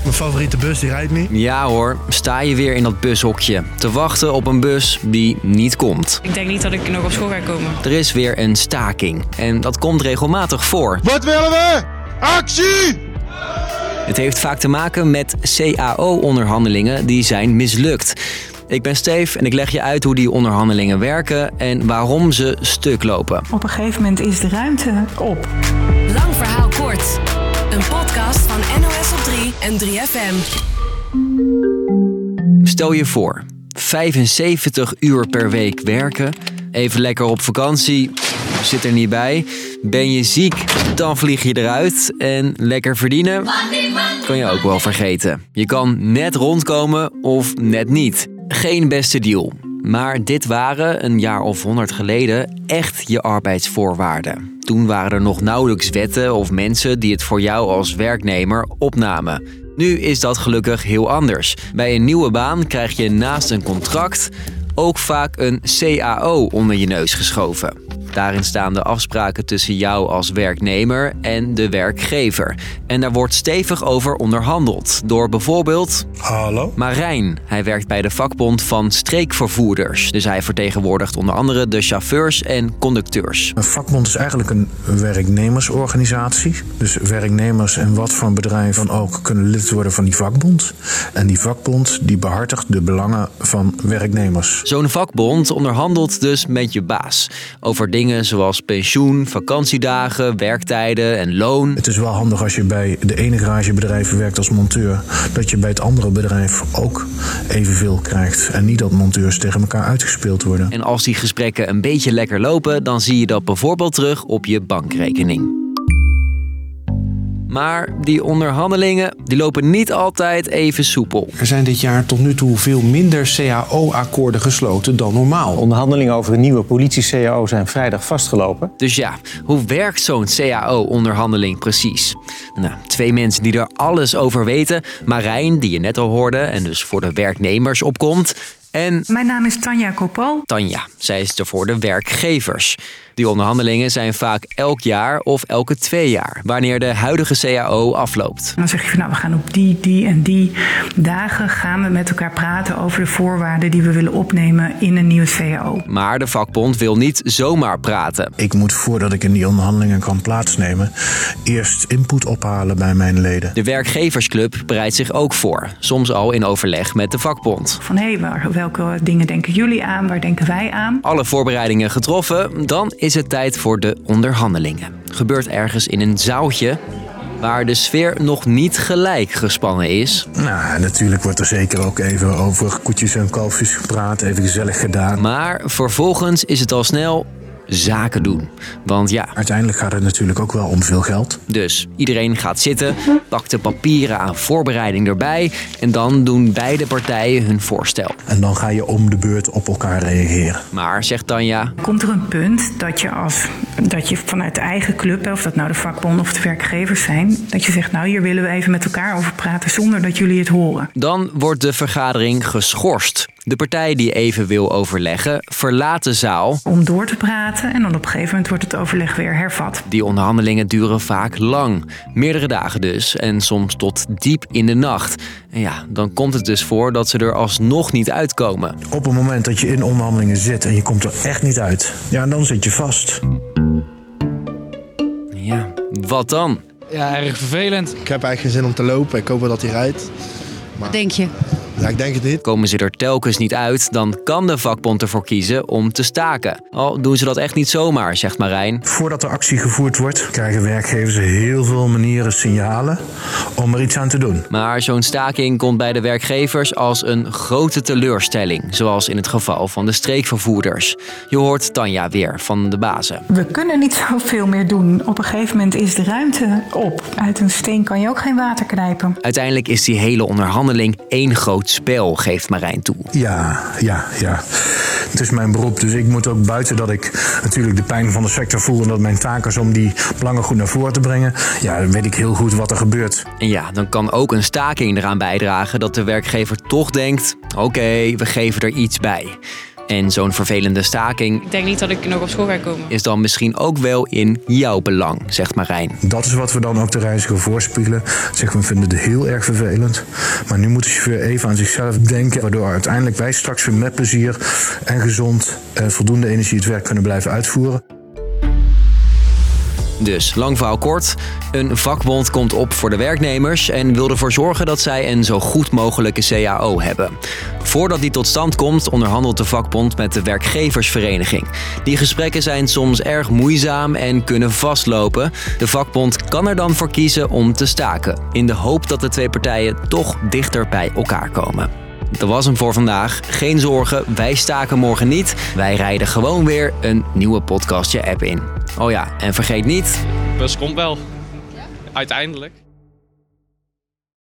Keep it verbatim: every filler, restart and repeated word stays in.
Mijn favoriete bus die rijdt niet. Ja hoor, sta je weer in dat bushokje. Te wachten op een bus die niet komt. Ik denk niet dat ik nog op school ga komen. Er is weer een staking. En dat komt regelmatig voor. Wat willen we? Actie! Het heeft vaak te maken met C A O-onderhandelingen die zijn mislukt. Ik ben Steef en ik leg je uit hoe die onderhandelingen werken en waarom ze stuk lopen. Op een gegeven moment is de ruimte op. Lang verhaal kort. Een podcast van N O S op drie en drie F M. Stel je voor, vijfenzeventig uur per week werken, even lekker op vakantie, zit er niet bij. Ben je ziek, dan vlieg je eruit en lekker verdienen kan je ook wel vergeten. Je kan net rondkomen of net niet. Geen beste deal. Maar dit waren, een jaar of honderd geleden, echt je arbeidsvoorwaarden. Toen waren er nog nauwelijks wetten of mensen die het voor jou als werknemer opnamen. Nu is dat gelukkig heel anders. Bij een nieuwe baan krijg je naast een contract ook vaak een C A O onder je neus geschoven. Daarin staan de afspraken tussen jou als werknemer en de werkgever. En daar wordt stevig over onderhandeld door bijvoorbeeld Hallo? Marijn. Hij werkt bij de vakbond van streekvervoerders. Dus hij vertegenwoordigt onder andere de chauffeurs en conducteurs. Een vakbond is eigenlijk een werknemersorganisatie. Dus werknemers en wat voor een bedrijf dan ook kunnen lid worden van die vakbond. En die vakbond die behartigt de belangen van werknemers. Zo'n vakbond onderhandelt dus met je baas over dingen zoals pensioen, vakantiedagen, werktijden en loon. Het is wel handig als je bij de ene garagebedrijf werkt als monteur, dat je bij het andere bedrijf ook evenveel krijgt. En niet dat monteurs tegen elkaar uitgespeeld worden. En als die gesprekken een beetje lekker lopen, dan zie je dat bijvoorbeeld terug op je bankrekening. Maar die onderhandelingen die lopen niet altijd even soepel. Er zijn dit jaar tot nu toe veel minder C A O-akkoorden gesloten dan normaal. Onderhandelingen over een nieuwe politie-C A O zijn vrijdag vastgelopen. Dus ja, hoe werkt zo'n C A O-onderhandeling precies? Nou, twee mensen die er alles over weten. Marijn, die je net al hoorde en dus voor de werknemers opkomt. En Mijn naam is Tanja Kopal. Tanja, zij is er voor de werkgevers. Die onderhandelingen zijn vaak elk jaar of elke twee jaar, wanneer de huidige C A O afloopt. En dan zeg je van nou, we gaan op die, die en die dagen gaan we met elkaar praten over de voorwaarden die we willen opnemen in een nieuwe C A O. Maar de vakbond wil niet zomaar praten. Ik moet voordat ik in die onderhandelingen kan plaatsnemen, eerst input ophalen bij mijn leden. De werkgeversclub bereidt zich ook voor, soms al in overleg met de vakbond. Van hé, hey, welke dingen denken jullie aan, waar denken wij aan? Alle voorbereidingen getroffen, dan is het tijd voor de onderhandelingen. Gebeurt ergens in een zaaltje waar de sfeer nog niet gelijk gespannen is. Nou, natuurlijk wordt er zeker ook even over koetjes en kalfjes gepraat, even gezellig gedaan. Maar vervolgens is het al snel zaken doen. Want ja, uiteindelijk gaat het natuurlijk ook wel om veel geld. Dus iedereen gaat zitten, pakt de papieren aan voorbereiding erbij en dan doen beide partijen hun voorstel. En dan ga je om de beurt op elkaar reageren. Maar, zegt Tanja, komt er een punt dat je als dat je vanuit de eigen club, of dat nou de vakbond of de werkgevers zijn, dat je zegt nou hier willen we even met elkaar over praten zonder dat jullie het horen. Dan wordt de vergadering geschorst. De partij die even wil overleggen verlaat de zaal om door te praten en dan op een gegeven moment wordt het overleg weer hervat. Die onderhandelingen duren vaak lang. Meerdere dagen dus en soms tot diep in de nacht. En ja, dan komt het dus voor dat ze er alsnog niet uitkomen. Op het moment dat je in onderhandelingen zit en je komt er echt niet uit, ja, dan zit je vast. Ja, wat dan? Ja, erg vervelend. Ik heb eigenlijk geen zin om te lopen. Ik hoop wel dat hij rijdt. Maar... Denk je? Ja, ik denk het niet. Komen ze er telkens niet uit, dan kan de vakbond ervoor kiezen om te staken. Al doen ze dat echt niet zomaar, zegt Marijn. Voordat er actie gevoerd wordt, krijgen werkgevers heel veel manieren, signalen om er iets aan te doen. Maar zo'n staking komt bij de werkgevers als een grote teleurstelling. Zoals in het geval van de streekvervoerders. Je hoort Tanja weer van de bazen. We kunnen niet zoveel meer doen. Op een gegeven moment is de ruimte op. Uit een steen kan je ook geen water knijpen. Uiteindelijk is die hele onderhandeling één groot spel, geeft Marijn toe. Ja, ja, ja. Het is mijn beroep, dus ik moet ook buiten dat ik natuurlijk de pijn van de sector voel en dat mijn taak is om die belangen goed naar voren te brengen. Ja, dan weet ik heel goed wat er gebeurt. En ja, dan kan ook een staking eraan bijdragen dat de werkgever toch denkt, oké, okay, we geven er iets bij. En zo'n vervelende staking Ik denk niet dat ik nog op school ga komen. is dan misschien ook wel in jouw belang, zegt Marijn. Dat is wat we dan ook de reiziger voorspiegelen. Zeggen we vinden het heel erg vervelend. Maar nu moet de chauffeur even aan zichzelf denken. Waardoor uiteindelijk wij straks weer met plezier en gezond en voldoende energie het werk kunnen blijven uitvoeren. Dus, lang verhaal kort, een vakbond komt op voor de werknemers en wil ervoor zorgen dat zij een zo goed mogelijke C A O hebben. Voordat die tot stand komt, onderhandelt de vakbond met de werkgeversvereniging. Die gesprekken zijn soms erg moeizaam en kunnen vastlopen. De vakbond kan er dan voor kiezen om te staken, in de hoop dat de twee partijen toch dichter bij elkaar komen. Dat was hem voor vandaag. Geen zorgen, wij staken morgen niet. Wij rijden gewoon weer een nieuwe podcast je app in. Oh ja, en vergeet niet... Bus komt wel. Uiteindelijk.